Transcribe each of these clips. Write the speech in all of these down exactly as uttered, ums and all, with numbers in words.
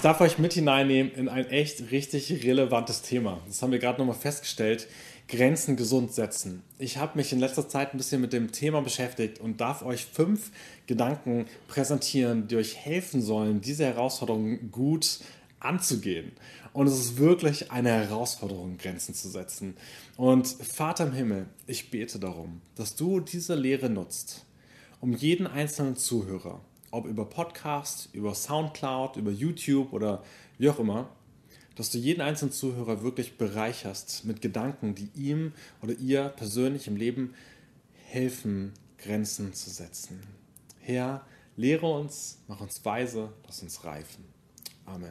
darf euch mit hineinnehmen in ein echt richtig relevantes Thema. Das haben wir gerade nochmal festgestellt. Grenzen gesund setzen. Ich habe mich in letzter Zeit ein bisschen mit dem Thema beschäftigt und darf euch fünf Gedanken präsentieren, die euch helfen sollen, diese Herausforderung gut anzugehen. Und es ist wirklich eine Herausforderung, Grenzen zu setzen. Und Vater im Himmel, ich bete darum, dass du diese Lehre nutzt, um jeden einzelnen Zuhörer, ob über Podcast, über Soundcloud, über YouTube oder wie auch immer, dass du jeden einzelnen Zuhörer wirklich bereicherst mit Gedanken, die ihm oder ihr persönlich im Leben helfen, Grenzen zu setzen. Herr, lehre uns, mach uns weise, lass uns reifen. Amen.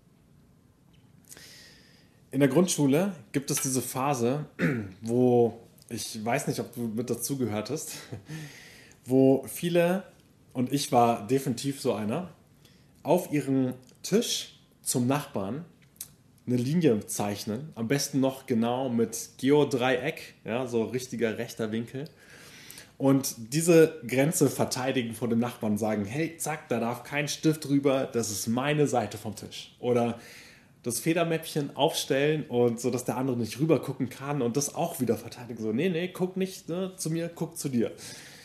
In der Grundschule gibt es diese Phase, wo, ich weiß nicht, ob du mit dazugehört hast, wo viele, und ich war definitiv so einer, auf ihrem Tisch zum Nachbarn eine Linie zeichnen, am besten noch genau mit Geodreieck, ja, so richtiger rechter Winkel. Und diese Grenze verteidigen vor dem Nachbarn, sagen, hey, zack, da darf kein Stift drüber, das ist meine Seite vom Tisch. Oder das Federmäppchen aufstellen und so, dass der andere nicht rüber gucken kann und das auch wieder verteidigen. So, nee, nee, guck nicht ne, zu mir, guck zu dir.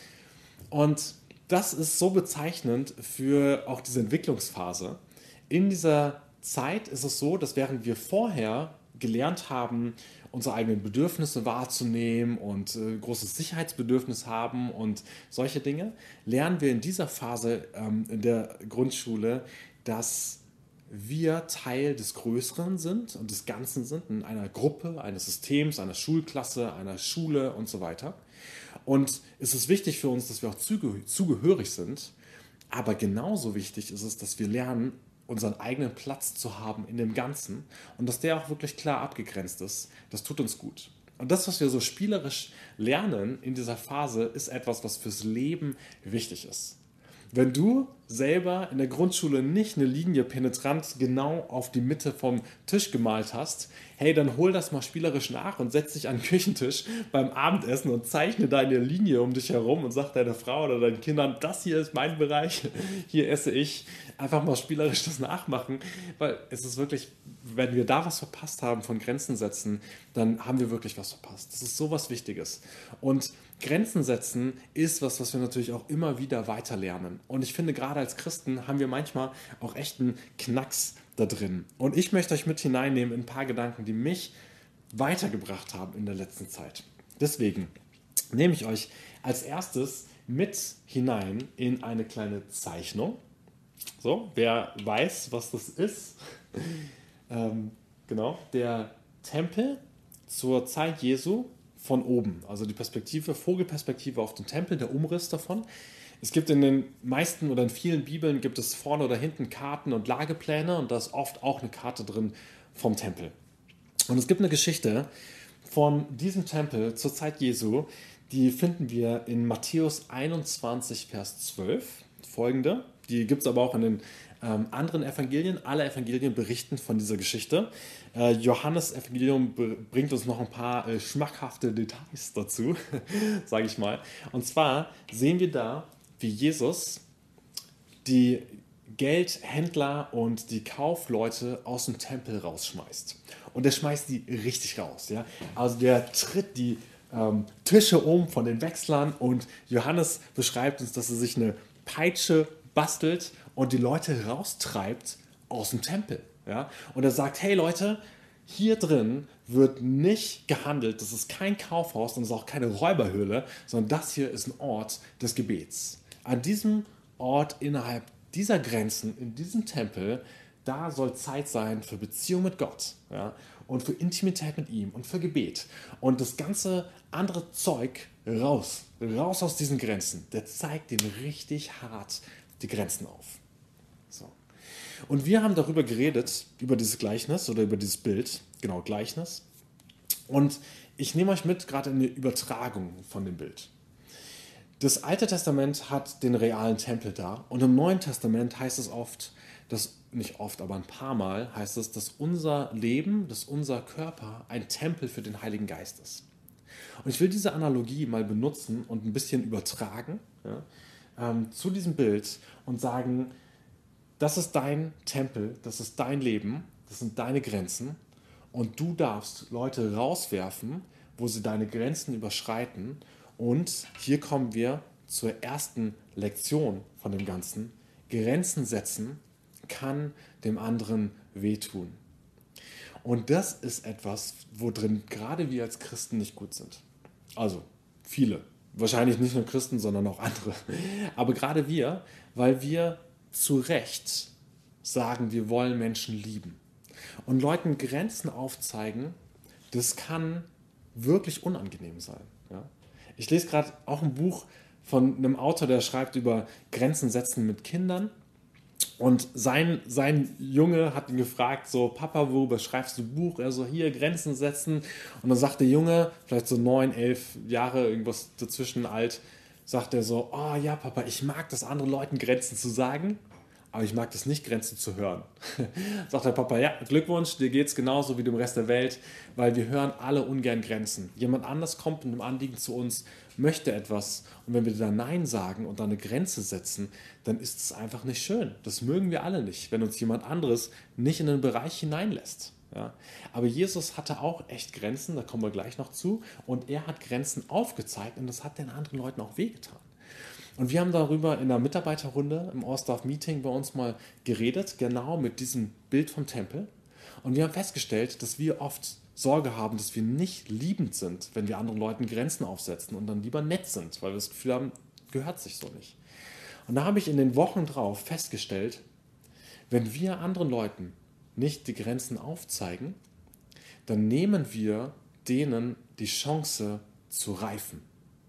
Und das ist so bezeichnend für auch diese Entwicklungsphase. In dieser Zeit ist es so, dass während wir vorher gelernt haben, unsere eigenen Bedürfnisse wahrzunehmen und äh, großes Sicherheitsbedürfnis haben und solche Dinge, lernen wir in dieser Phase ähm, in der Grundschule, dass wir Teil des Größeren sind und des Ganzen sind, in einer Gruppe, eines Systems, einer Schulklasse, einer Schule und so weiter. Und es ist wichtig für uns, dass wir auch zuge- zugehörig sind, aber genauso wichtig ist es, dass wir lernen, unseren eigenen Platz zu haben in dem Ganzen und dass der auch wirklich klar abgegrenzt ist. Das tut uns gut. Und das, was wir so spielerisch lernen in dieser Phase, ist etwas, was fürs Leben wichtig ist. Wenn du selber in der Grundschule nicht eine Linie penetrant genau auf die Mitte vom Tisch gemalt hast, hey, dann hol das mal spielerisch nach und setz dich an den Küchentisch beim Abendessen und zeichne deine Linie um dich herum und sag deiner Frau oder deinen Kindern, das hier ist mein Bereich, hier esse ich. Einfach mal spielerisch das nachmachen, weil es ist wirklich, wenn wir da was verpasst haben von Grenzen setzen, dann haben wir wirklich was verpasst. Das ist so was Wichtiges. Und Grenzen setzen ist was, was wir natürlich auch immer wieder weiter lernen. Und ich finde, gerade als Christen haben wir manchmal auch echt einen Knacks da drin. Und ich möchte euch mit hineinnehmen in ein paar Gedanken, die mich weitergebracht haben in der letzten Zeit. Deswegen nehme ich euch als erstes mit hinein in eine kleine Zeichnung. So, wer weiß, was das ist, ähm, genau, der Tempel zur Zeit Jesu von oben, also die Perspektive, Vogelperspektive auf den Tempel, der Umriss davon. Es gibt in den meisten oder in vielen Bibeln gibt es vorne oder hinten Karten und Lagepläne und da ist oft auch eine Karte drin vom Tempel. Und es gibt eine Geschichte von diesem Tempel zur Zeit Jesu, die finden wir in Matthäus einundzwanzig, Vers zwölf, folgende. Die gibt es aber auch in den ähm, anderen Evangelien. Alle Evangelien berichten von dieser Geschichte. Äh, Johannes Evangelium be- bringt uns noch ein paar äh, schmackhafte Details dazu, sage ich mal. Und zwar sehen wir da, wie Jesus die Geldhändler und die Kaufleute aus dem Tempel rausschmeißt. Und er schmeißt die richtig raus. Ja? Also der tritt die ähm, Tische um von den Wechslern und Johannes beschreibt uns, dass er sich eine Peitsche bastelt und die Leute raustreibt aus dem Tempel. Ja? Und er sagt, hey Leute, hier drin wird nicht gehandelt, das ist kein Kaufhaus und es ist auch keine Räuberhöhle, sondern das hier ist ein Ort des Gebets. An diesem Ort innerhalb dieser Grenzen, in diesem Tempel, da soll Zeit sein für Beziehung mit Gott, ja, und für Intimität mit ihm und für Gebet. Und das ganze andere Zeug raus, raus aus diesen Grenzen. Der zeigt ihm richtig hart die Grenzen auf. So. Und wir haben darüber geredet, über dieses Gleichnis oder über dieses Bild, genau, Gleichnis. Und ich nehme euch mit, gerade in die Übertragung von dem Bild. Das Alte Testament hat den realen Tempel da und im Neuen Testament heißt es oft, dass, nicht oft, aber ein paar Mal heißt es, dass unser Leben, dass unser Körper ein Tempel für den Heiligen Geist ist. Und ich will diese Analogie mal benutzen und ein bisschen übertragen, ja, ähm, zu diesem Bild und sagen, das ist dein Tempel, das ist dein Leben, das sind deine Grenzen und du darfst Leute rauswerfen, wo sie deine Grenzen überschreiten. Und hier kommen wir zur ersten Lektion von dem Ganzen. Grenzen setzen kann dem anderen wehtun. Und das ist etwas, wo drin gerade wir als Christen nicht gut sind. Also viele. Wahrscheinlich nicht nur Christen, sondern auch andere. Aber gerade wir, weil wir zu Recht sagen, wir wollen Menschen lieben. Und Leuten Grenzen aufzeigen, das kann wirklich unangenehm sein. Ja? Ich lese gerade auch ein Buch von einem Autor, der schreibt über Grenzen setzen mit Kindern. Und sein, sein Junge hat ihn gefragt, so, Papa, worüber schreibst du ein Buch? Er so, hier, Grenzen setzen. Und dann sagt der Junge, vielleicht so neun, elf Jahre, irgendwas dazwischen alt, sagt er so, oh ja, Papa, ich mag das, anderen Leuten Grenzen zu sagen, aber ich mag das nicht, Grenzen zu hören. Sagt der Papa, ja, Glückwunsch, dir geht's genauso wie dem Rest der Welt, weil wir hören alle ungern Grenzen. Jemand anders kommt mit einem Anliegen zu uns, möchte etwas und wenn wir da Nein sagen und da eine Grenze setzen, dann ist es einfach nicht schön. Das mögen wir alle nicht, wenn uns jemand anderes nicht in einen Bereich hineinlässt. Ja? Aber Jesus hatte auch echt Grenzen, da kommen wir gleich noch zu, und er hat Grenzen aufgezeigt und das hat den anderen Leuten auch wehgetan. Und wir haben darüber in der Mitarbeiterrunde im Orsdorf Meeting bei uns mal geredet, genau mit diesem Bild vom Tempel. Und wir haben festgestellt, dass wir oft Sorge haben, dass wir nicht liebend sind, wenn wir anderen Leuten Grenzen aufsetzen und dann lieber nett sind, weil wir das Gefühl haben, gehört sich so nicht. Und da habe ich in den Wochen drauf festgestellt, wenn wir anderen Leuten nicht die Grenzen aufzeigen, dann nehmen wir denen die Chance zu reifen.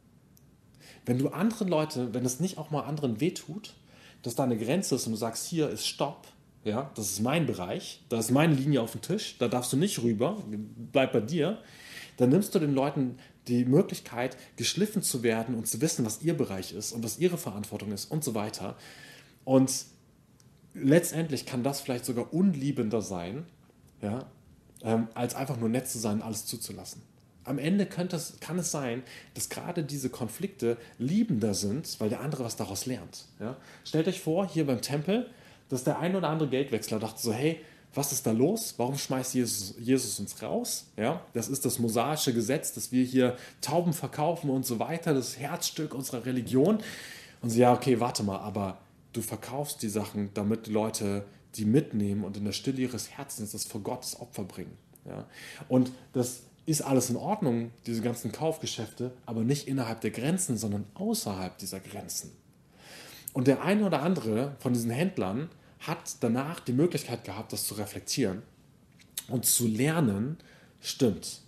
Wenn du anderen Leute, wenn es nicht auch mal anderen wehtut, dass da eine Grenze ist und du sagst, hier ist Stopp, ja, das ist mein Bereich, da ist meine Linie auf dem Tisch, da darfst du nicht rüber, bleib bei dir, dann nimmst du den Leuten die Möglichkeit, geschliffen zu werden und zu wissen, was ihr Bereich ist und was ihre Verantwortung ist und so weiter. Und letztendlich kann das vielleicht sogar unliebender sein, ja, ähm, als einfach nur nett zu sein und alles zuzulassen. Am Ende könnte es, kann es sein, dass gerade diese Konflikte liebender sind, weil der andere was daraus lernt. Ja? Stellt euch vor, hier beim Tempel, dass der ein oder andere Geldwechsler dachte so, hey, was ist da los? Warum schmeißt Jesus, Jesus uns raus? Ja? Das ist das mosaische Gesetz, dass wir hier Tauben verkaufen und so weiter, das Herzstück unserer Religion. Und so, ja, okay, warte mal, aber du verkaufst die Sachen, damit die Leute die mitnehmen und in der Stille ihres Herzens das vor Gottes Opfer bringen. Ja? Und das ist alles in Ordnung, diese ganzen Kaufgeschäfte, aber nicht innerhalb der Grenzen, sondern außerhalb dieser Grenzen. Und der eine oder andere von diesen Händlern hat danach die Möglichkeit gehabt, das zu reflektieren und zu lernen, stimmt,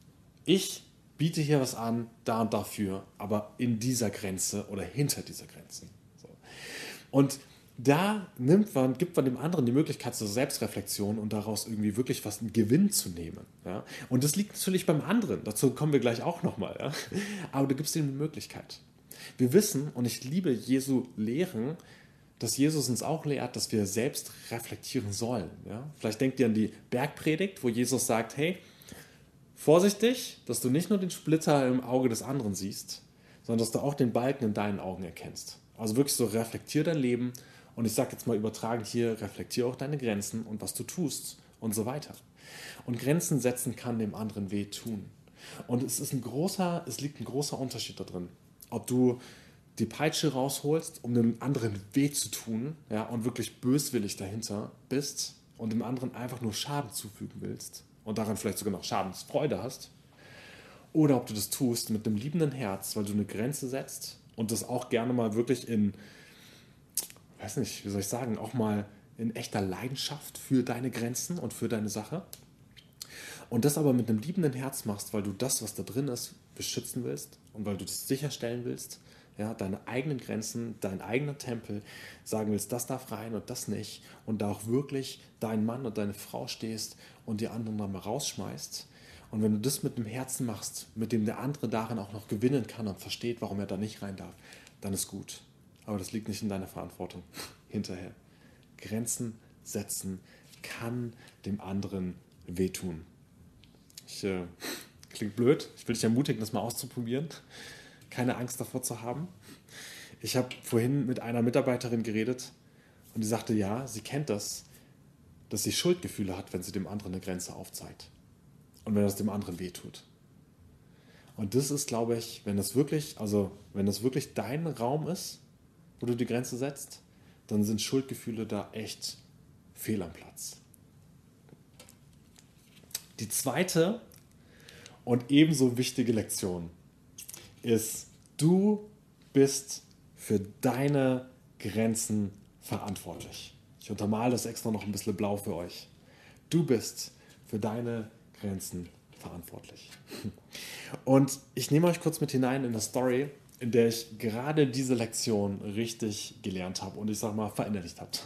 ich biete hier was an, da und dafür, aber in dieser Grenze oder hinter dieser Grenze. So. Und da nimmt man, gibt man dem anderen die Möglichkeit zur Selbstreflexion und daraus irgendwie wirklich was einen Gewinn zu nehmen. Ja? Und das liegt natürlich beim anderen, dazu kommen wir gleich auch nochmal. Ja? Aber du gibst ihm die Möglichkeit. Wir wissen, und ich liebe Jesu Lehren, dass Jesus uns auch lehrt, dass wir selbst reflektieren sollen. Ja? Vielleicht denkt ihr an die Bergpredigt, wo Jesus sagt, hey, vorsichtig, dass du nicht nur den Splitter im Auge des anderen siehst, sondern dass du auch den Balken in deinen Augen erkennst. Also wirklich so, reflektier dein Leben. Und ich sage jetzt mal übertragen hier, reflektiere auch deine Grenzen und was du tust und so weiter. Und Grenzen setzen kann dem anderen weh tun. Und es ist ein großer, es liegt ein großer Unterschied da drin. Ob du die Peitsche rausholst, um dem anderen weh zu tun, ja, und wirklich böswillig dahinter bist und dem anderen einfach nur Schaden zufügen willst und daran vielleicht sogar noch Schadensfreude hast. Oder ob du das tust mit einem liebenden Herz, weil du eine Grenze setzt und das auch gerne mal wirklich in, weiß nicht, wie soll ich sagen, auch mal in echter Leidenschaft für deine Grenzen und für deine Sache. Und das aber mit einem liebenden Herz machst, weil du das, was da drin ist, beschützen willst und weil du das sicherstellen willst, ja, deine eigenen Grenzen, dein eigener Tempel, sagen willst, das darf rein und das nicht und da auch wirklich dein Mann und deine Frau stehst und die anderen dann mal rausschmeißt. Und wenn du das mit dem Herzen machst, mit dem der andere darin auch noch gewinnen kann und versteht, warum er da nicht rein darf, dann ist gut. Aber das liegt nicht in deiner Verantwortung hinterher. Grenzen setzen kann dem anderen wehtun. Ich, äh, klingt blöd, ich will dich ermutigen, das mal auszuprobieren. Keine Angst davor zu haben. Ich habe vorhin mit einer Mitarbeiterin geredet Und die sagte, ja, sie kennt das, dass sie Schuldgefühle hat, wenn sie dem anderen eine Grenze aufzeigt. Und wenn das dem anderen wehtut. Und das ist, glaube ich, wenn das wirklich, also wenn das wirklich dein Raum ist, wo du die Grenze setzt, dann sind Schuldgefühle da echt fehl am Platz. Die zweite und ebenso wichtige Lektion ist, du bist für deine Grenzen verantwortlich. Ich untermale das extra noch ein bisschen blau für euch. Du bist für deine Grenzen verantwortlich. Und ich nehme euch kurz mit hinein in eine Story, in der ich gerade diese Lektion richtig gelernt habe und ich sage mal verinnerlicht habe.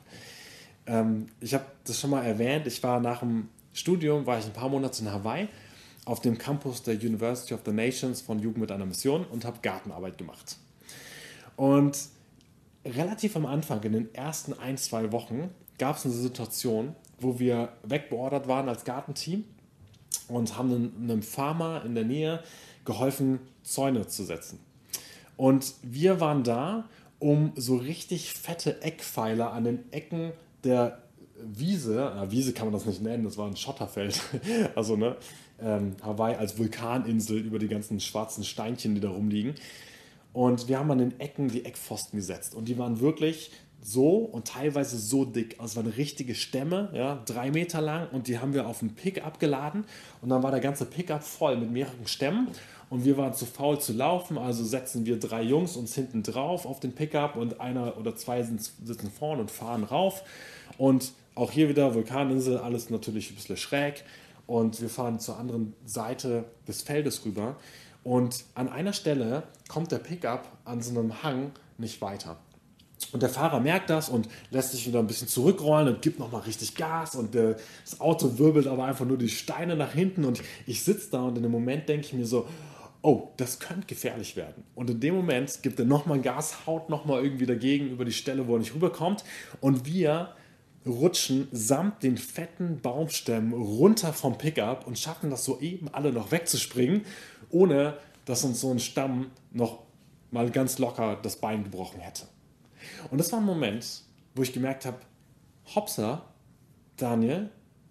Ähm, ich habe das schon mal erwähnt, ich war nach dem Studium, war ich ein paar Monate in Hawaii auf dem Campus der University of the Nations von Jugend mit einer Mission und habe Gartenarbeit gemacht. Und relativ am Anfang, in den ersten ein, zwei Wochen, gab es eine Situation, wo wir wegbeordert waren als Gartenteam und haben einem, einem Farmer in der Nähe geholfen, Zäune zu setzen. Und wir waren da, um so richtig fette Eckpfeiler an den Ecken der Wiese, na, Wiese kann man das nicht nennen, das war ein Schotterfeld, also ne, ähm, Hawaii als Vulkaninsel über die ganzen schwarzen Steinchen, die da rumliegen. Und wir haben an den Ecken die Eckpfosten gesetzt und die waren wirklich so und teilweise so dick. Also es waren richtige Stämme, ja, drei Meter lang und die haben wir auf ein Pickup geladen und dann war der ganze Pickup voll mit mehreren Stämmen und wir waren zu faul zu laufen, also setzen wir drei Jungs uns hinten drauf auf den Pickup und einer oder zwei sind, sitzen vorne und fahren rauf und auch hier wieder Vulkaninsel, alles natürlich ein bisschen schräg und wir fahren zur anderen Seite des Feldes rüber und an einer Stelle kommt der Pickup an so einem Hang nicht weiter. Und der Fahrer merkt das und lässt sich wieder ein bisschen zurückrollen und gibt nochmal richtig Gas und der, das Auto wirbelt aber einfach nur die Steine nach hinten und ich sitze da und in dem Moment denke ich mir so, oh, das könnte gefährlich werden. Und in dem Moment gibt er nochmal Gas, haut nochmal irgendwie dagegen über die Stelle, wo er nicht rüberkommt und wir rutschen samt den fetten Baumstämmen runter vom Pickup und schaffen das soeben alle noch wegzuspringen, ohne dass uns so ein Stamm noch mal ganz locker das Bein gebrochen hätte. Und das war ein Moment, wo ich gemerkt habe, Hopsa, Daniel,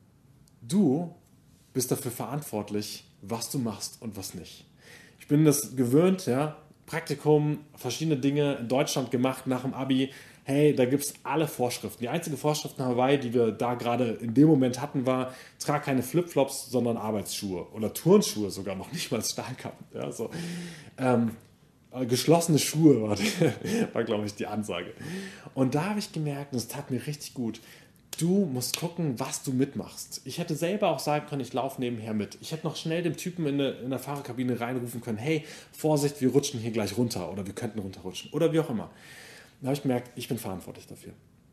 du bist dafür verantwortlich, was du machst und was nicht. Ich bin das gewöhnt, ja, Praktikum, verschiedene Dinge in Deutschland gemacht nach dem Abi. Hey, da gibt es alle Vorschriften. Die einzige Vorschrift in Hawaii, die wir da gerade in dem Moment hatten, war, trag keine Flipflops, sondern Arbeitsschuhe oder Turnschuhe sogar, noch nicht mal Stahlkappen. Ja, so. ähm, geschlossene Schuhe war, war glaube ich, die Ansage. Und da habe ich gemerkt, und es tat mir richtig gut, du musst gucken, was du mitmachst. Ich hätte selber auch sagen können, ich laufe nebenher mit. Ich hätte noch schnell dem Typen in der, in der Fahrerkabine reinrufen können, hey, Vorsicht, wir rutschen hier gleich runter oder wir könnten runterrutschen oder wie auch immer. Da habe ich gemerkt, ich bin verantwortlich dafür.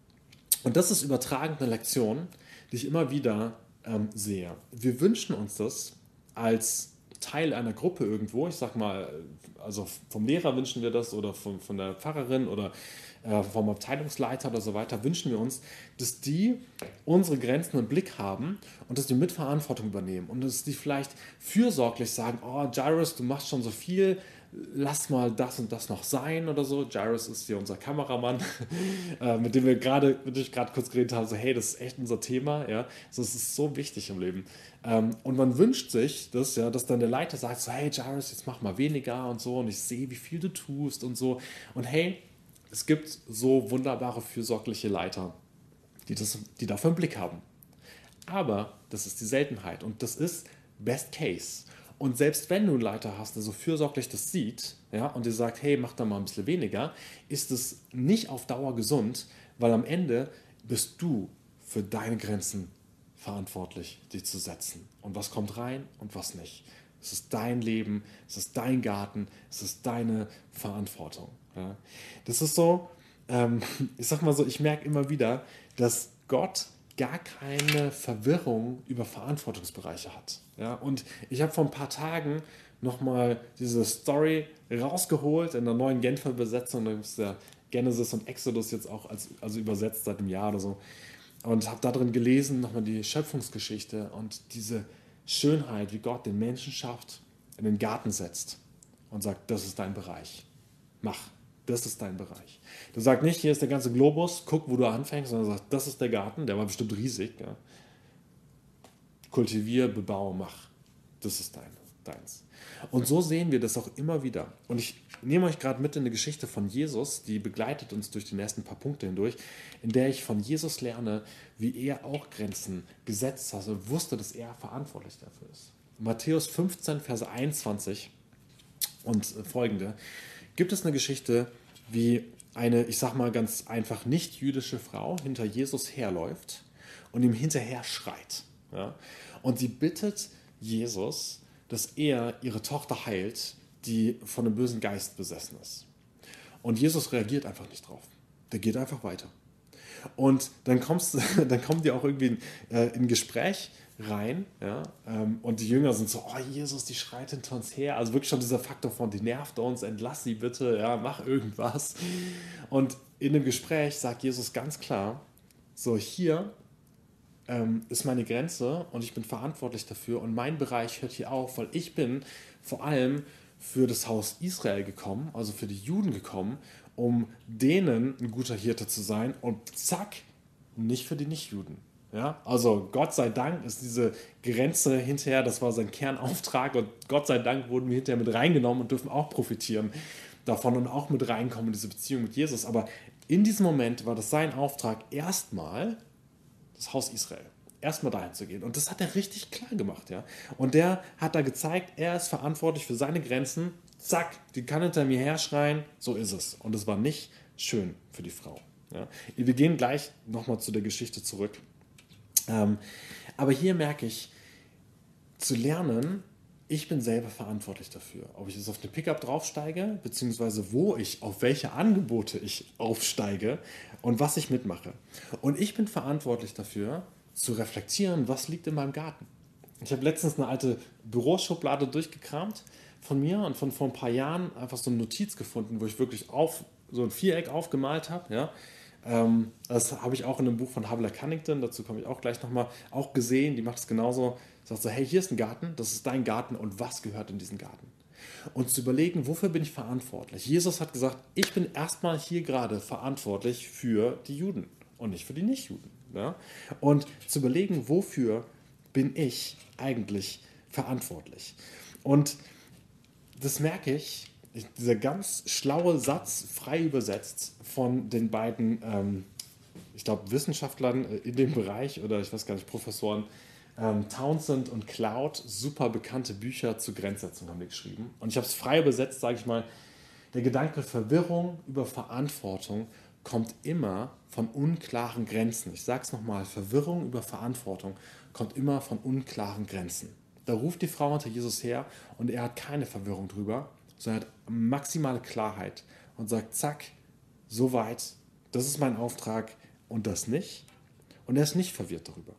Und das ist übertragend eine Lektion, die ich immer wieder ähm, sehe. Wir wünschen uns das als Teil einer Gruppe irgendwo, ich sag mal, also vom Lehrer wünschen wir das oder von, von der Pfarrerin oder äh, vom Abteilungsleiter oder so weiter, wünschen wir uns, dass die unsere Grenzen im Blick haben und dass die Mitverantwortung übernehmen und dass die vielleicht fürsorglich sagen, oh Jairus, du machst schon so viel, lass mal das und das noch sein oder so. Jairus ist hier unser Kameramann, äh, mit dem wir gerade, mit dem ich gerade kurz geredet habe, so hey, das ist echt unser Thema, ja, so, es ist so wichtig im Leben. Ähm, und man wünscht sich, dass, ja, dass dann der Leiter sagt, so hey Jairus, jetzt mach mal weniger und so und ich sehe, wie viel du tust und so. Und hey, es gibt so wunderbare, fürsorgliche Leiter, die, das, die dafür einen Blick haben. Aber das ist die Seltenheit und das ist Best Case. Und selbst wenn du einen Leiter hast, der so fürsorglich das sieht, ja, und dir sagt, hey, mach da mal ein bisschen weniger, ist es nicht auf Dauer gesund, weil am Ende bist du für deine Grenzen verantwortlich, die zu setzen. Und was kommt rein und was nicht. Es ist dein Leben, es ist dein Garten, es ist deine Verantwortung. Ja. Das ist so, ähm, ich sag mal so, ich merke immer wieder, dass Gott gar keine Verwirrung über Verantwortungsbereiche hat. Ja, und ich habe vor ein paar Tagen nochmal diese Story rausgeholt in der neuen Genfer Übersetzung. Da ist der Genesis und Exodus jetzt auch als, also übersetzt seit einem Jahr oder so. Und habe da drin gelesen, nochmal die Schöpfungsgeschichte und diese Schönheit, wie Gott den Menschen schafft, in den Garten setzt und sagt, das ist dein Bereich. Mach. Das ist dein Bereich. Du sagst nicht, hier ist der ganze Globus, guck, wo du anfängst, sondern du sagst, das ist der Garten, der war bestimmt riesig. Ja. Kultivier, bebaue, mach. Das ist dein, deins. Und so sehen wir das auch immer wieder. Und ich nehme euch gerade mit in eine Geschichte von Jesus, die begleitet uns durch die nächsten paar Punkte hindurch, in der ich von Jesus lerne, wie er auch Grenzen gesetzt hat und wusste, dass er verantwortlich dafür ist. Matthäus fünfzehn, Verse einundzwanzig und folgende gibt es eine Geschichte, wie eine, ich sag mal ganz einfach, nicht-jüdische Frau hinter Jesus herläuft und ihm hinterher schreit. Ja? Und sie bittet Jesus, dass er ihre Tochter heilt, die von einem bösen Geist besessen ist. Und Jesus reagiert einfach nicht drauf. Der geht einfach weiter. Und dann, kommst, dann kommen die auch irgendwie in, äh, in ein Gespräch rein, ja, ähm, und die Jünger sind so, oh Jesus, die schreit hinter uns her. Also wirklich schon dieser Faktor von, die nervt uns, entlass sie bitte, ja, mach irgendwas. Und in dem Gespräch sagt Jesus ganz klar, so hier ähm, ist meine Grenze und ich bin verantwortlich dafür und mein Bereich hört hier auf, weil ich bin vor allem für das Haus Israel gekommen, also für die Juden gekommen, um denen ein guter Hirte zu sein und zack, nicht für die Nichtjuden. Ja? Also Gott sei Dank ist diese Grenze hinterher, das war sein Kernauftrag und Gott sei Dank wurden wir hinterher mit reingenommen und dürfen auch profitieren davon und auch mit reinkommen in diese Beziehung mit Jesus. Aber in diesem Moment war das sein Auftrag, erstmal das Haus Israel, erstmal dahin zu gehen. Und das hat er richtig klar gemacht. Ja? Und der hat da gezeigt, er ist verantwortlich für seine Grenzen. Zack, die kann hinter mir herschreien, so ist es. Und es war nicht schön für die Frau. Ja? Wir gehen gleich nochmal zu der Geschichte zurück. Ähm, aber hier merke ich, zu lernen, ich bin selber verantwortlich dafür. Ob ich jetzt auf eine Pickup draufsteige, beziehungsweise wo ich, auf welche Angebote ich aufsteige und was ich mitmache. Und ich bin verantwortlich dafür, zu reflektieren, was liegt in meinem Garten. Ich habe letztens eine alte Büroschublade durchgekramt von mir und von vor ein paar Jahren einfach so eine Notiz gefunden, wo ich wirklich auf, so ein Viereck aufgemalt habe. Ja. Ähm, das habe ich auch in einem Buch von Havila Cunnington, dazu komme ich auch gleich nochmal, auch gesehen. Die macht es genauso. Sagt so, hey, hier ist ein Garten, das ist dein Garten und was gehört in diesen Garten? Und zu überlegen, wofür bin ich verantwortlich? Jesus hat gesagt, ich bin erstmal hier gerade verantwortlich für die Juden und nicht für die Nichtjuden. Ja? Und zu überlegen, wofür bin ich eigentlich verantwortlich? Und das merke ich, dieser ganz schlaue Satz, frei übersetzt von den beiden, ähm, ich glaube, Wissenschaftlern in dem Bereich oder ich weiß gar nicht, Professoren, ähm, Townsend und Cloud, super bekannte Bücher zur Grenzsetzung haben die geschrieben. Und ich habe es frei übersetzt, sage ich mal, der Gedanke Verwirrung über Verantwortung kommt immer von unklaren Grenzen. Ich sage es nochmal, Verwirrung über Verantwortung kommt immer von unklaren Grenzen. Da ruft die Frau hinter Jesus her und er hat keine Verwirrung drüber, sondern er hat maximale Klarheit und sagt, zack, so weit, das ist mein Auftrag und das nicht. Und er ist nicht verwirrt darüber.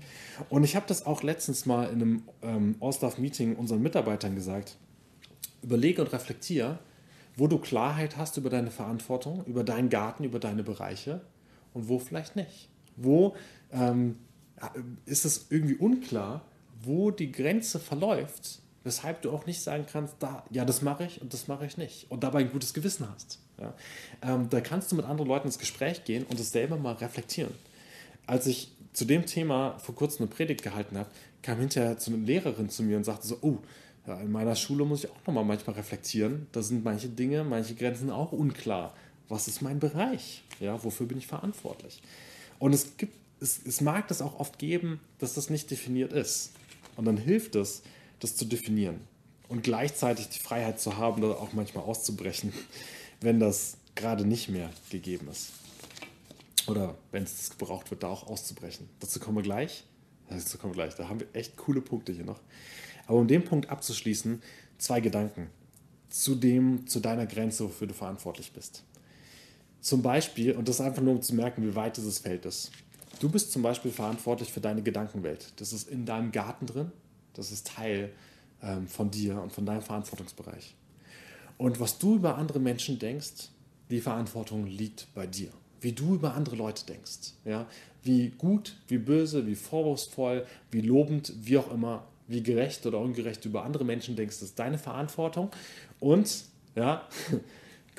Und ich habe das auch letztens mal in einem ähm, All-Staff-Meeting unseren Mitarbeitern gesagt. Überlege und reflektiere, wo du Klarheit hast über deine Verantwortung, über deinen Garten, über deine Bereiche und wo vielleicht nicht. Wo ähm, ist es irgendwie unklar, wo die Grenze verläuft, weshalb du auch nicht sagen kannst, da, ja, das mache ich und das mache ich nicht und dabei ein gutes Gewissen hast. Ja? Ähm, da kannst du mit anderen Leuten ins Gespräch gehen und es selber mal reflektieren. Als ich zu dem Thema vor kurzem eine Predigt gehalten habe, kam hinterher so eine Lehrerin zu mir und sagte so, oh, ja, in meiner Schule muss ich auch nochmal manchmal reflektieren. Da sind manche Dinge, manche Grenzen auch unklar. Was ist mein Bereich? Ja, wofür bin ich verantwortlich? Und es gibt, es, es mag das auch oft geben, dass das nicht definiert ist. Und dann hilft es, das zu definieren. Und gleichzeitig die Freiheit zu haben, da auch manchmal auszubrechen, wenn das gerade nicht mehr gegeben ist. Oder wenn es gebraucht wird, da auch auszubrechen. Dazu kommen wir gleich. Dazu kommen wir gleich. Da haben wir echt coole Punkte hier noch. Aber um den Punkt abzuschließen, zwei Gedanken zu dem, zu deiner Grenze, wofür du verantwortlich bist. Zum Beispiel, und das einfach nur um zu merken, wie weit dieses Feld ist. Du bist zum Beispiel verantwortlich für deine Gedankenwelt. Das ist in deinem Garten drin. Das ist Teil ähm, von dir und von deinem Verantwortungsbereich. Und was du über andere Menschen denkst, die Verantwortung liegt bei dir. Wie du über andere Leute denkst. Ja? Wie gut, wie böse, wie vorwurfsvoll, wie lobend, wie auch immer, wie gerecht oder ungerecht du über andere Menschen denkst, das ist deine Verantwortung. Und ja, guck,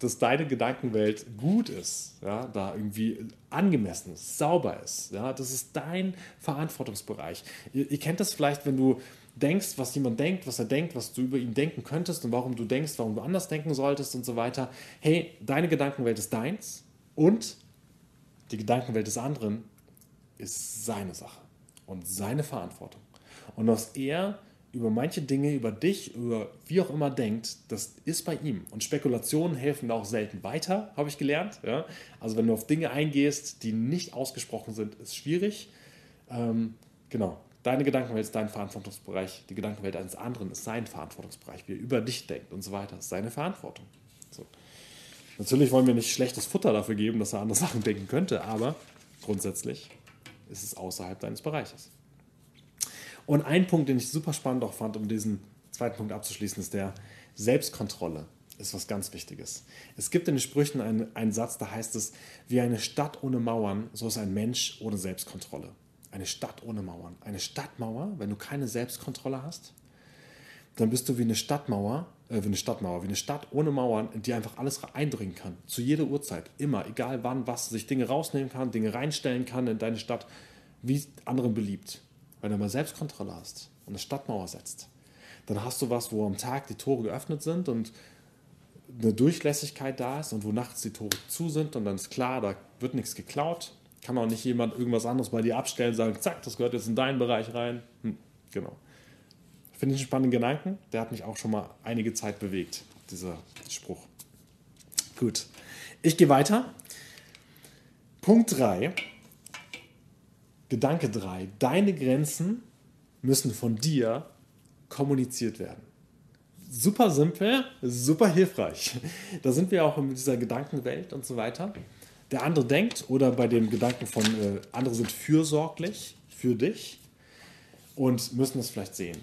dass deine Gedankenwelt gut ist, ja, da irgendwie angemessen ist, sauber ist. Ja, das ist dein Verantwortungsbereich. Ihr, ihr kennt das vielleicht, wenn du denkst, was jemand denkt, was er denkt, was du über ihn denken könntest und warum du denkst, warum du anders denken solltest und so weiter. Hey, deine Gedankenwelt ist deins und die Gedankenwelt des anderen ist seine Sache und seine Verantwortung. Und was er über manche Dinge, über dich, über wie auch immer denkt, das ist bei ihm. Und Spekulationen helfen auch selten weiter, habe ich gelernt. Ja? Also wenn du auf Dinge eingehst, die nicht ausgesprochen sind, ist schwierig. Ähm, genau, deine Gedankenwelt ist dein Verantwortungsbereich, die Gedankenwelt eines anderen ist sein Verantwortungsbereich, wie er über dich denkt und so weiter, ist seine Verantwortung. So. Natürlich wollen wir nicht schlechtes Futter dafür geben, dass er andere Sachen denken könnte, aber grundsätzlich ist es außerhalb deines Bereiches. Und ein Punkt, den ich super spannend auch fand, um diesen zweiten Punkt abzuschließen, ist der Selbstkontrolle. Ist was ganz Wichtiges. Es gibt in den Sprüchen einen, einen Satz, da heißt es, wie eine Stadt ohne Mauern, so ist ein Mensch ohne Selbstkontrolle. Eine Stadt ohne Mauern. Eine Stadtmauer, wenn du keine Selbstkontrolle hast, dann bist du wie eine Stadtmauer, äh, wie eine Stadtmauer, wie eine Stadt ohne Mauern, in die einfach alles eindringen kann. Zu jeder Uhrzeit, immer, egal wann, was, sich Dinge rausnehmen kann, Dinge reinstellen kann in deine Stadt, wie es anderen beliebt. Wenn du mal Selbstkontrolle hast und eine Stadtmauer setzt, dann hast du was, wo am Tag die Tore geöffnet sind und eine Durchlässigkeit da ist und wo nachts die Tore zu sind und dann ist klar, da wird nichts geklaut. Kann auch nicht jemand irgendwas anderes bei dir abstellen und sagen, zack, das gehört jetzt in deinen Bereich rein. Hm, genau. Finde ich einen spannenden Gedanken. Der hat mich auch schon mal einige Zeit bewegt, dieser Spruch. Gut, ich gehe weiter. Punkt drei. Gedanke drei. Deine Grenzen müssen von dir kommuniziert werden. Super simpel, super hilfreich. Da sind wir auch in dieser Gedankenwelt und so weiter. Der andere denkt oder bei den Gedanken von äh, andere sind fürsorglich für dich und müssen es vielleicht sehen.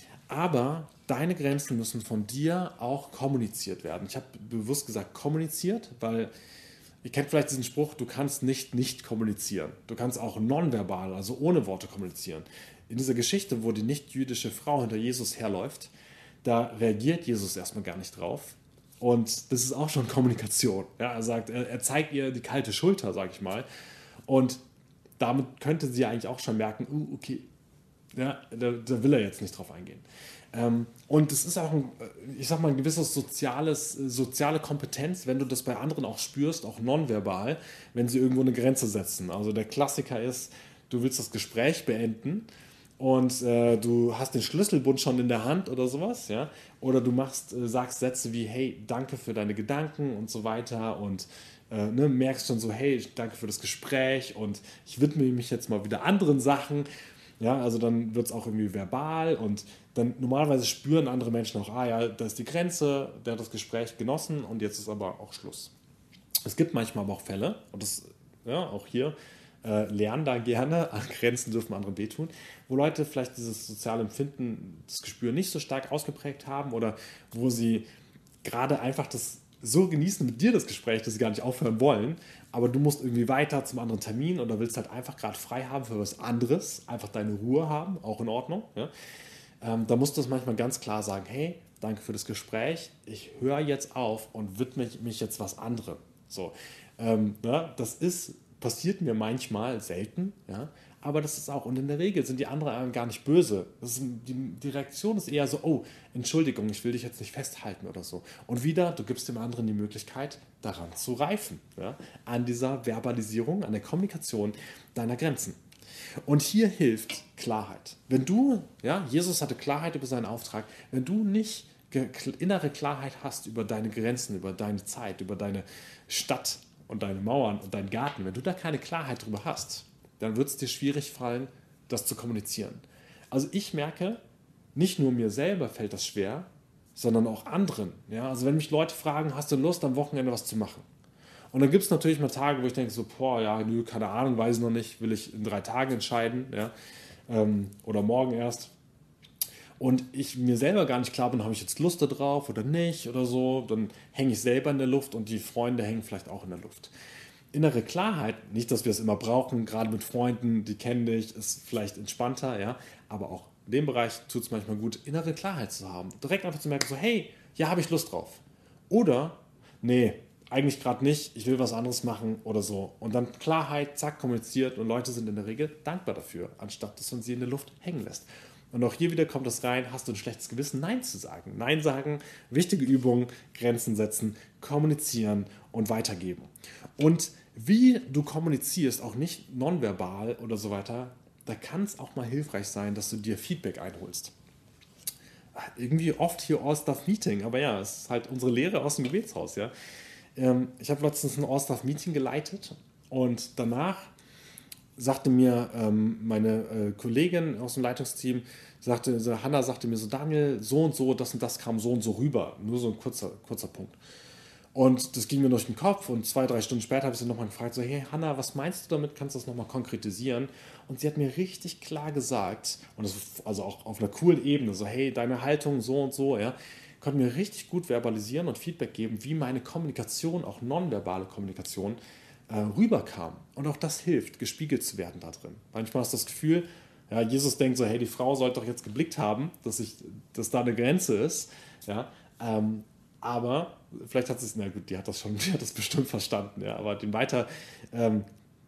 Aber deine Grenzen müssen von dir auch kommuniziert werden. Ich habe bewusst gesagt kommuniziert, weil ihr kennt vielleicht diesen Spruch, du kannst nicht nicht kommunizieren. Du kannst auch nonverbal, also ohne Worte kommunizieren. In dieser Geschichte, wo die nicht-jüdische Frau hinter Jesus herläuft, da reagiert Jesus erstmal gar nicht drauf. Und das ist auch schon Kommunikation. Ja, er sagt, er, er zeigt ihr die kalte Schulter, sag ich mal. Und damit könnte sie eigentlich auch schon merken, uh, okay, ja, da, da will er jetzt nicht drauf eingehen. Ähm, und es ist auch, ein, ich sag mal, ein gewisses soziales, soziale Kompetenz, wenn du das bei anderen auch spürst, auch nonverbal, wenn sie irgendwo eine Grenze setzen. Also der Klassiker ist, du willst das Gespräch beenden und äh, du hast den Schlüsselbund schon in der Hand oder sowas, ja, oder du machst, äh, sagst Sätze wie, hey, danke für deine Gedanken und so weiter und äh, ne, merkst schon so, hey, danke für das Gespräch und ich widme mich jetzt mal wieder anderen Sachen. Ja, also dann wird es auch irgendwie verbal und dann normalerweise spüren andere Menschen auch, ah ja, da ist die Grenze, der hat das Gespräch genossen und jetzt ist aber auch Schluss. Es gibt manchmal aber auch Fälle, und das, ja, auch hier, äh, lernen da gerne, Grenzen dürfen anderen wehtun, wo Leute vielleicht dieses soziale Empfinden, das Gespür nicht so stark ausgeprägt haben oder wo sie gerade einfach das so genießen mit dir das Gespräch, dass sie gar nicht aufhören wollen, aber du musst irgendwie weiter zum anderen Termin oder willst halt einfach gerade frei haben für was anderes, einfach deine Ruhe haben, auch in Ordnung. Ja? Ähm, da musst du es manchmal ganz klar sagen, hey, danke für das Gespräch, ich höre jetzt auf und widme mich jetzt was anderem. So, ähm, ja, das ist, passiert mir manchmal, selten, ja, aber das ist auch, und in der Regel sind die anderen gar nicht böse. Das ist, die, die Reaktion ist eher so, oh, Entschuldigung, ich will dich jetzt nicht festhalten oder so. Und wieder, du gibst dem anderen die Möglichkeit, daran zu reifen, ja, an dieser Verbalisierung, an der Kommunikation deiner Grenzen. Und hier hilft Klarheit. Wenn du, ja, Jesus hatte Klarheit über seinen Auftrag, wenn du nicht innere Klarheit hast über deine Grenzen, über deine Zeit, über deine Stadt und deine Mauern und deinen Garten, wenn du da keine Klarheit drüber hast, dann wird es dir schwierig fallen, das zu kommunizieren. Also ich merke, nicht nur mir selber fällt das schwer, sondern auch anderen. Ja? Also wenn mich Leute fragen, hast du Lust, am Wochenende was zu machen? Und dann gibt es natürlich mal Tage, wo ich denke so, boah, ja, nö, keine Ahnung, weiß ich noch nicht, will ich in drei Tagen entscheiden, ja? ähm, oder morgen erst. Und ich mir selber gar nicht klar bin, habe ich jetzt Lust darauf oder nicht oder so, dann hänge ich selber in der Luft und die Freunde hängen vielleicht auch in der Luft. Innere Klarheit, nicht, dass wir es immer brauchen, gerade mit Freunden, die kennen dich, ist vielleicht entspannter, ja, aber auch in dem Bereich tut es manchmal gut, innere Klarheit zu haben. Direkt einfach zu merken, so, hey, ja, habe ich Lust drauf. Oder, nee, eigentlich gerade nicht, ich will was anderes machen oder so. Und dann Klarheit, zack, kommuniziert und Leute sind in der Regel dankbar dafür, anstatt dass man sie in der Luft hängen lässt. Und auch hier wieder kommt es rein, hast du ein schlechtes Gewissen, Nein zu sagen. Nein sagen, wichtige Übung, Grenzen setzen, kommunizieren und weitergeben. Und wie du kommunizierst, auch nicht nonverbal oder so weiter, da kann es auch mal hilfreich sein, dass du dir Feedback einholst. Irgendwie oft hier All-Staff-Meeting, aber ja, es ist halt unsere Lehre aus dem Gebetshaus, ja. Ähm, ich habe letztens ein All-Staff-Meeting geleitet und danach sagte mir ähm, meine äh, Kollegin aus dem Leitungsteam, sagte, so, Hanna sagte mir so, Daniel, so und so, das und das kam so und so rüber. Nur so ein kurzer, kurzer Punkt. Und das ging mir durch den Kopf und zwei, drei Stunden später habe ich sie nochmal gefragt, so, hey Hanna, was meinst du damit? Kannst du das nochmal konkretisieren? Und sie hat mir richtig klar gesagt, und das also auch auf einer coolen Ebene, so, hey, deine Haltung so und so, ja, konnte mir richtig gut verbalisieren und Feedback geben, wie meine Kommunikation, auch nonverbale Kommunikation, äh, rüberkam. Und auch das hilft, gespiegelt zu werden da drin. Manchmal hast du das Gefühl, ja, Jesus denkt so, hey, die Frau sollte doch jetzt geblickt haben, dass, ich, dass da eine Grenze ist. Ja, ähm, aber vielleicht hat sie es, na gut, die hat das schon, die hat das bestimmt verstanden, ja, aber dem weiter, ähm,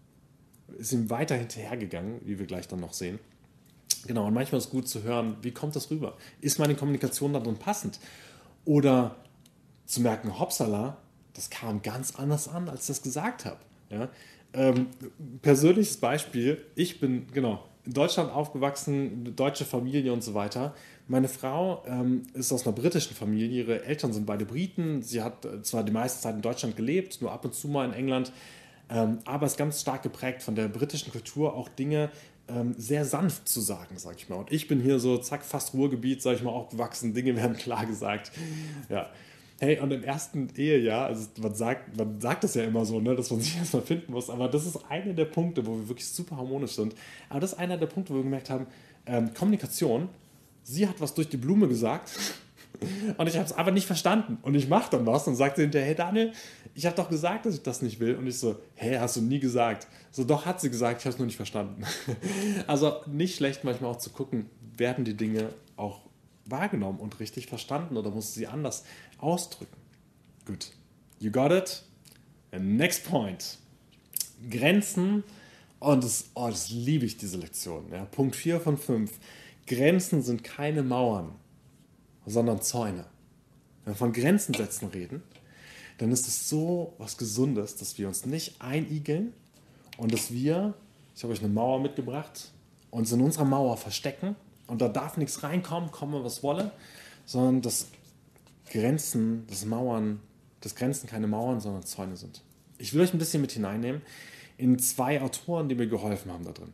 ist ihm weiter hinterhergegangen, wie wir gleich dann noch sehen. Genau, und manchmal ist es gut zu hören, wie kommt das rüber? Ist meine Kommunikation da drin passend? Oder zu merken, hoppsala, das kam ganz anders an, als ich das gesagt habe. Ja? Ähm, persönliches Beispiel, ich bin, genau, in Deutschland aufgewachsen, deutsche Familie und so weiter. Meine Frau ähm, ist aus einer britischen Familie, ihre Eltern sind beide Briten. Sie hat äh, zwar die meiste Zeit in Deutschland gelebt, nur ab und zu mal in England, ähm, aber ist ganz stark geprägt von der britischen Kultur, auch Dinge ähm, sehr sanft zu sagen, sag ich mal. Und ich bin hier so, zack, fast Ruhrgebiet, sag ich mal, aufgewachsen, Dinge werden klar gesagt. Ja. Hey, und im ersten Ehejahr, also man sagt, man sagt das ja immer so, ne, dass man sich erstmal finden muss, aber das ist einer der Punkte, wo wir wirklich super harmonisch sind. Aber das ist einer der Punkte, wo wir gemerkt haben, ähm, Kommunikation, sie hat was durch die Blume gesagt und ich habe es aber nicht verstanden. Und ich mache dann was und sagte hinterher, hey Daniel, ich habe doch gesagt, dass ich das nicht will. Und ich so, hä, hast du nie gesagt? So, doch hat sie gesagt, ich habe es nur nicht verstanden. Also nicht schlecht manchmal auch zu gucken, werden die Dinge auch wahrgenommen und richtig verstanden oder musst du sie anders ausdrücken? Gut, you got it. And next point. Grenzen. Und das, oh, das liebe ich, diese Lektion. Ja. Punkt vier von fünf. Grenzen sind keine Mauern, sondern Zäune. Wenn wir von Grenzen setzen reden, dann ist es so was Gesundes, dass wir uns nicht einigeln und dass wir, ich habe euch eine Mauer mitgebracht, uns in unserer Mauer verstecken und da darf nichts reinkommen, komme was wolle, sondern dass Grenzen, dass Mauern, dass Grenzen keine Mauern, sondern Zäune sind. Ich will euch ein bisschen mit hineinnehmen in zwei Autoren, die mir geholfen haben da drin.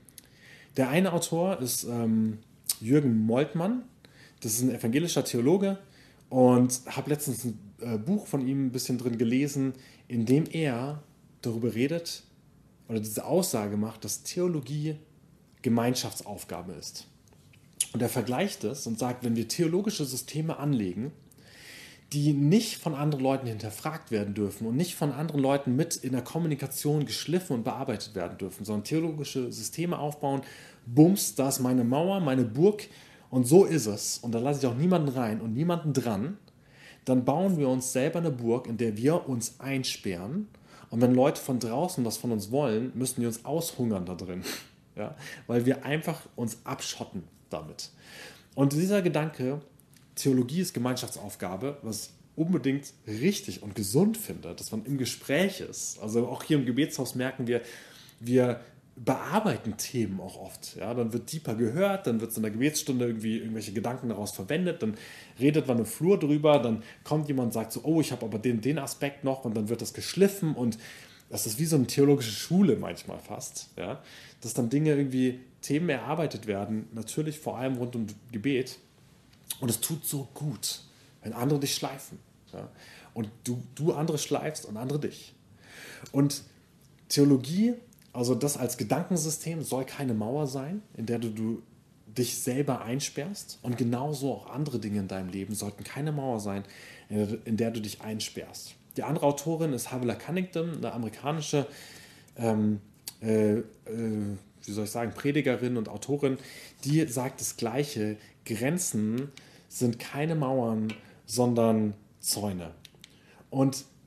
Der eine Autor ist ähm, Jürgen Moltmann. Das ist ein evangelischer Theologe und habe letztens ein äh, Buch von ihm ein bisschen drin gelesen, in dem er darüber redet oder diese Aussage macht, dass Theologie Gemeinschaftsaufgabe ist. Und er vergleicht es und sagt, wenn wir theologische Systeme anlegen, die nicht von anderen Leuten hinterfragt werden dürfen und nicht von anderen Leuten mit in der Kommunikation geschliffen und bearbeitet werden dürfen, sondern theologische Systeme aufbauen, bums, da ist meine Mauer, meine Burg und so ist es. Und da lasse ich auch niemanden rein und niemanden dran. Dann bauen wir uns selber eine Burg, in der wir uns einsperren. Und wenn Leute von draußen was von uns wollen, müssen die uns aushungern da drin. Ja? Weil wir einfach uns abschotten damit. Und dieser Gedanke, Theologie ist Gemeinschaftsaufgabe, was unbedingt richtig und gesund finde, dass man im Gespräch ist. Also auch hier im Gebetshaus merken wir, wir bearbeiten Themen auch oft. Ja? Dann wird tiefer gehört, dann wird in der Gebetsstunde irgendwie irgendwelche Gedanken daraus verwendet, dann redet man im Flur drüber, dann kommt jemand und sagt so, oh, ich habe aber den, den Aspekt noch und dann wird das geschliffen und das ist wie so eine theologische Schule manchmal fast, ja? Dass dann Dinge irgendwie, Themen erarbeitet werden, natürlich vor allem rund um Gebet. Und es tut so gut, wenn andere dich schleifen. Ja? Und du, du andere schleifst und andere dich. Und Theologie, also das als Gedankensystem, soll keine Mauer sein, in der du, du dich selber einsperrst. Und genauso auch andere Dinge in deinem Leben sollten keine Mauer sein, in der du dich einsperrst. Die andere Autorin ist Havilah Cunnington, eine amerikanische ähm, äh, äh, wie soll ich sagen, Predigerin und Autorin, die sagt das Gleiche. Grenzen sind keine Mauern, sondern Zäune. Und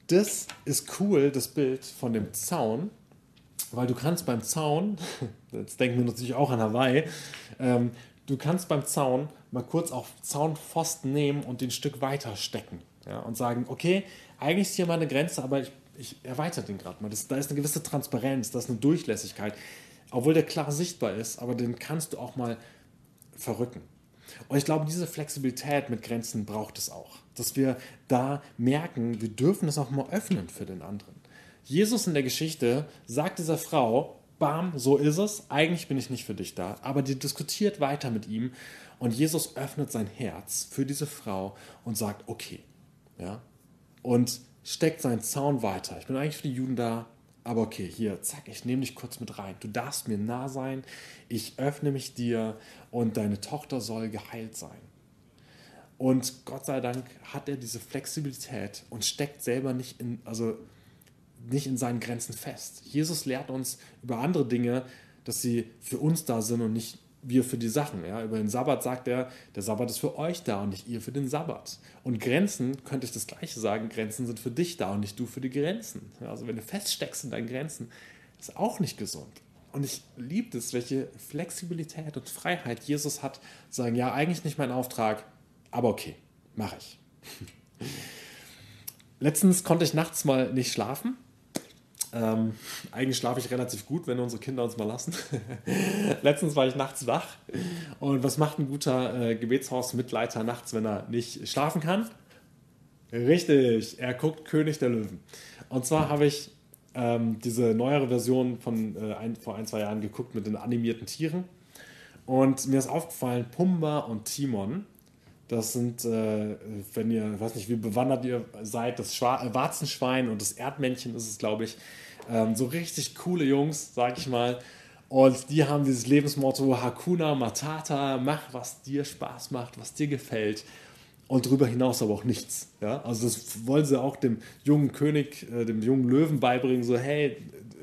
das ist cool, das Bild von dem Zaun, weil du kannst beim Zaun, jetzt denken wir natürlich auch an Hawaii, ähm, du kannst beim Zaun mal kurz auf Zaunpfosten nehmen und den ein Stück weiter stecken. Ja, und sagen, okay, eigentlich ist hier meine Grenze, aber ich, ich erweitere den gerade mal. Das, da ist eine gewisse Transparenz, da ist eine Durchlässigkeit, obwohl der klar sichtbar ist, aber den kannst du auch mal verrücken. Und ich glaube, diese Flexibilität mit Grenzen braucht es auch. Dass wir da merken, wir dürfen es auch mal öffnen für den anderen. Jesus in der Geschichte sagt dieser Frau, bam, so ist es, eigentlich bin ich nicht für dich da. Aber die diskutiert weiter mit ihm und Jesus öffnet sein Herz für diese Frau und sagt, okay. Ja? Und steckt seinen Zaun weiter. Ich bin eigentlich für die Juden da, aber okay, hier, zack, ich nehme dich kurz mit rein. Du darfst mir nah sein, ich öffne mich dir und deine Tochter soll geheilt sein. Und Gott sei Dank hat er diese Flexibilität und steckt selber nicht in, also nicht in seinen Grenzen fest. Jesus lehrt uns über andere Dinge, dass sie für uns da sind und nicht wir für die Sachen. Ja? Über den Sabbat sagt er, der Sabbat ist für euch da und nicht ihr für den Sabbat. Und Grenzen, könnte ich das Gleiche sagen, Grenzen sind für dich da und nicht du für die Grenzen. Ja, also wenn du feststeckst in deinen Grenzen, ist auch nicht gesund. Und ich liebe es, welche Flexibilität und Freiheit Jesus hat, zu sagen, ja, eigentlich nicht mein Auftrag, aber okay, mache ich. Letztens konnte ich nachts mal nicht schlafen. Ähm, eigentlich schlafe ich relativ gut, wenn unsere Kinder uns mal lassen. Letztens war ich nachts wach. Und was macht ein guter äh, Gebetshausmitleiter nachts, wenn er nicht schlafen kann? Richtig, er guckt König der Löwen. Und zwar habe ich ähm, diese neuere Version von äh, ein, vor ein, zwei Jahren geguckt mit den animierten Tieren. Und mir ist aufgefallen, Pumba und Timon, das sind, äh, wenn ihr, weiß nicht, wie bewandert ihr seid, das Schwa äh, Warzenschwein und das Erdmännchen ist es, glaube ich. Ähm, so richtig coole Jungs, sag ich mal. Und die haben dieses Lebensmotto Hakuna Matata, mach, was dir Spaß macht, was dir gefällt. Und darüber hinaus aber auch nichts. Ja? Also das wollen sie auch dem jungen König, äh, dem jungen Löwen beibringen, so hey,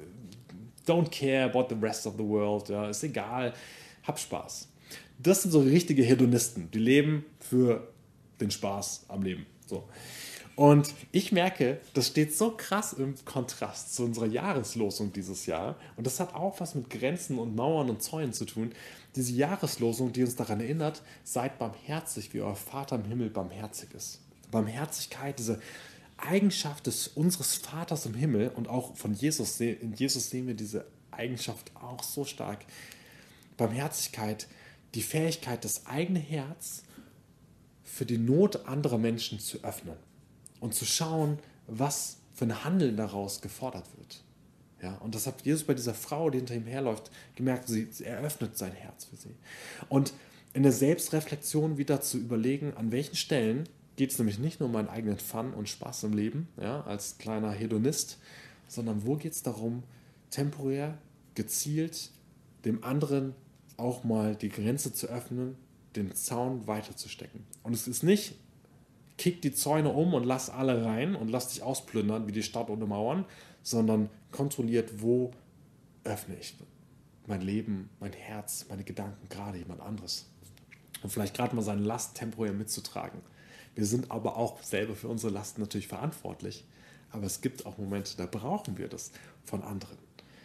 don't care about the rest of the world, ja? Ist egal, hab Spaß. Das sind so richtige Hedonisten, die leben für den Spaß am Leben. So. Und ich merke, das steht so krass im Kontrast zu unserer Jahreslosung dieses Jahr. Und das hat auch was mit Grenzen und Mauern und Zäunen zu tun. Diese Jahreslosung, die uns daran erinnert, seid barmherzig, wie euer Vater im Himmel barmherzig ist. Barmherzigkeit, diese Eigenschaft des, unseres Vaters im Himmel und auch von Jesus, in Jesus sehen wir diese Eigenschaft auch so stark. Barmherzigkeit, die Fähigkeit, das eigene Herz für die Not anderer Menschen zu öffnen und zu schauen, was für ein Handeln daraus gefordert wird. Ja, und das hat Jesus bei dieser Frau, die hinter ihm herläuft, gemerkt, sie, er öffnet sein Herz für sie. Und in der Selbstreflexion wieder zu überlegen, an welchen Stellen geht es nämlich nicht nur um meinen eigenen Fun und Spaß im Leben, ja, als kleiner Hedonist, sondern wo geht es darum, temporär, gezielt dem anderen auch mal die Grenze zu öffnen, den Zaun weiterzustecken. Und es ist nicht, kick die Zäune um und lass alle rein und lass dich ausplündern wie die Stadt ohne Mauern, sondern kontrolliert, wo öffne ich mein Leben, mein Herz, meine Gedanken gerade jemand anderes. Und vielleicht gerade mal seine Last temporär mitzutragen. Wir sind aber auch selber für unsere Lasten natürlich verantwortlich, aber es gibt auch Momente, da brauchen wir das von anderen.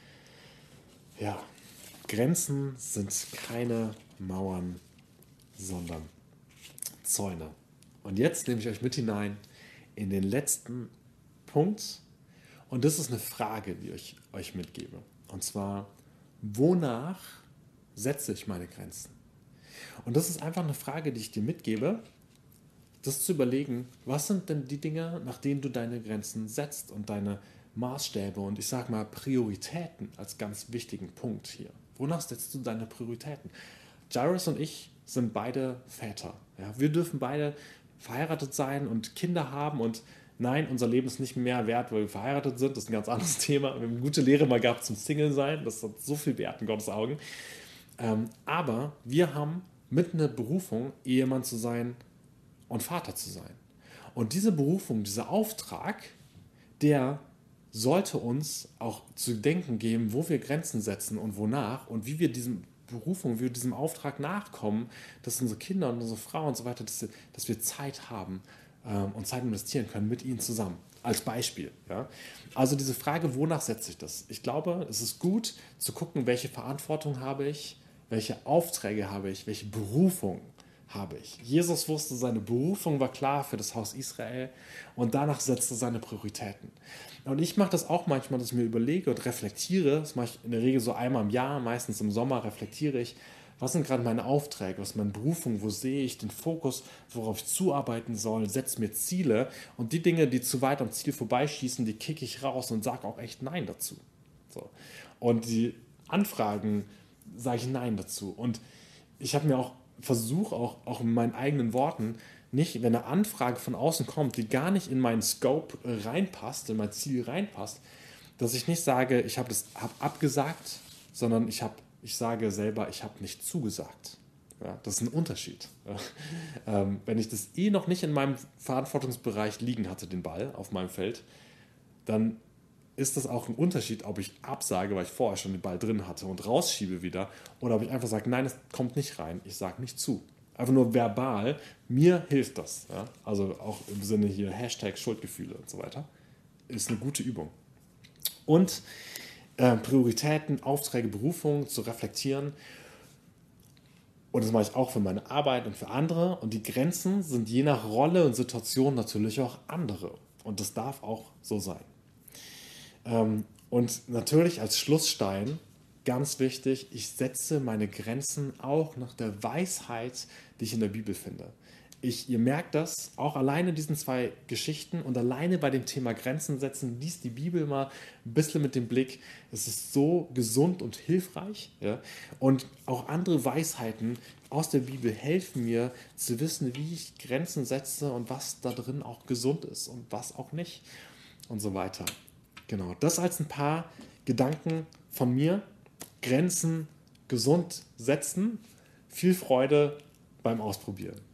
Ja, Grenzen sind keine Mauern, sondern Zäune. Und jetzt nehme ich euch mit hinein in den letzten Punkt. Und das ist eine Frage, die ich euch mitgebe. Und zwar, wonach setze ich meine Grenzen? Und das ist einfach eine Frage, die ich dir mitgebe, das zu überlegen, was sind denn die Dinge, nach denen du deine Grenzen setzt und deine Maßstäbe und ich sage mal Prioritäten als ganz wichtigen Punkt hier. Wonach setzt du deine Prioritäten? Jairus und ich sind beide Väter. Ja, wir dürfen beide verheiratet sein und Kinder haben und nein, unser Leben ist nicht mehr wert, weil wir verheiratet sind. Das ist ein ganz anderes Thema. Wir haben eine gute Lehre mal gehabt zum Single-Sein. Das hat so viel Wert in Gottes Augen. Ähm, aber wir haben mit einer Berufung, Ehemann zu sein und Vater zu sein. Und diese Berufung, dieser Auftrag, der sollte uns auch zu denken geben, wo wir Grenzen setzen und wonach und wie wir diesem Berufung, wie wir diesem Auftrag nachkommen, dass unsere Kinder und unsere Frau und so weiter, dass, dass wir Zeit haben ähm, und Zeit investieren können mit ihnen zusammen. Als Beispiel. Ja? Also diese Frage, wonach setze ich das? Ich glaube, es ist gut zu gucken, welche Verantwortung habe ich, welche Aufträge habe ich, welche Berufung habe ich. Jesus wusste, seine Berufung war klar für das Haus Israel und danach setzte er seine Prioritäten. Und ich mache das auch manchmal, dass ich mir überlege und reflektiere, das mache ich in der Regel so einmal im Jahr, meistens im Sommer reflektiere ich, was sind gerade meine Aufträge, was ist meine Berufung, wo sehe ich den Fokus, worauf ich zuarbeiten soll, setze mir Ziele und die Dinge, die zu weit am Ziel vorbeischießen, die kicke ich raus und sage auch echt Nein dazu. So. Und die Anfragen sage ich Nein dazu. Und ich habe mir auch versucht, auch, auch in meinen eigenen Worten, nicht, wenn eine Anfrage von außen kommt, die gar nicht in meinen Scope reinpasst, in mein Ziel reinpasst, dass ich nicht sage, ich habe das hab abgesagt, sondern ich, hab, ich sage selber, ich habe nicht zugesagt. Ja, das ist ein Unterschied. Ja. Ähm, wenn ich das eh noch nicht in meinem Verantwortungsbereich liegen hatte, den Ball auf meinem Feld, dann ist das auch ein Unterschied, ob ich absage, weil ich vorher schon den Ball drin hatte und rausschiebe wieder, oder ob ich einfach sage, nein, es kommt nicht rein, ich sage nicht zu. Einfach nur verbal, mir hilft das. Ja? Also auch im Sinne hier Hashtag Schuldgefühle und so weiter. Ist eine gute Übung. Und äh, Prioritäten, Aufträge, Berufung zu reflektieren. Und das mache ich auch für meine Arbeit und für andere. Und die Grenzen sind je nach Rolle und Situation natürlich auch andere. Und das darf auch so sein. Ähm, und natürlich als Schlussstein, ganz wichtig, ich setze meine Grenzen auch nach der Weisheit, die ich in der Bibel finde. Ich, ihr merkt das, auch alleine diesen zwei Geschichten und alleine bei dem Thema Grenzen setzen, liest die Bibel mal ein bisschen mit dem Blick. Es ist so gesund und hilfreich. Ja? Und auch andere Weisheiten aus der Bibel helfen mir zu wissen, wie ich Grenzen setze und was da drin auch gesund ist und was auch nicht und so weiter. Genau, das als ein paar Gedanken von mir. Grenzen gesund setzen. Viel Freude beim Ausprobieren.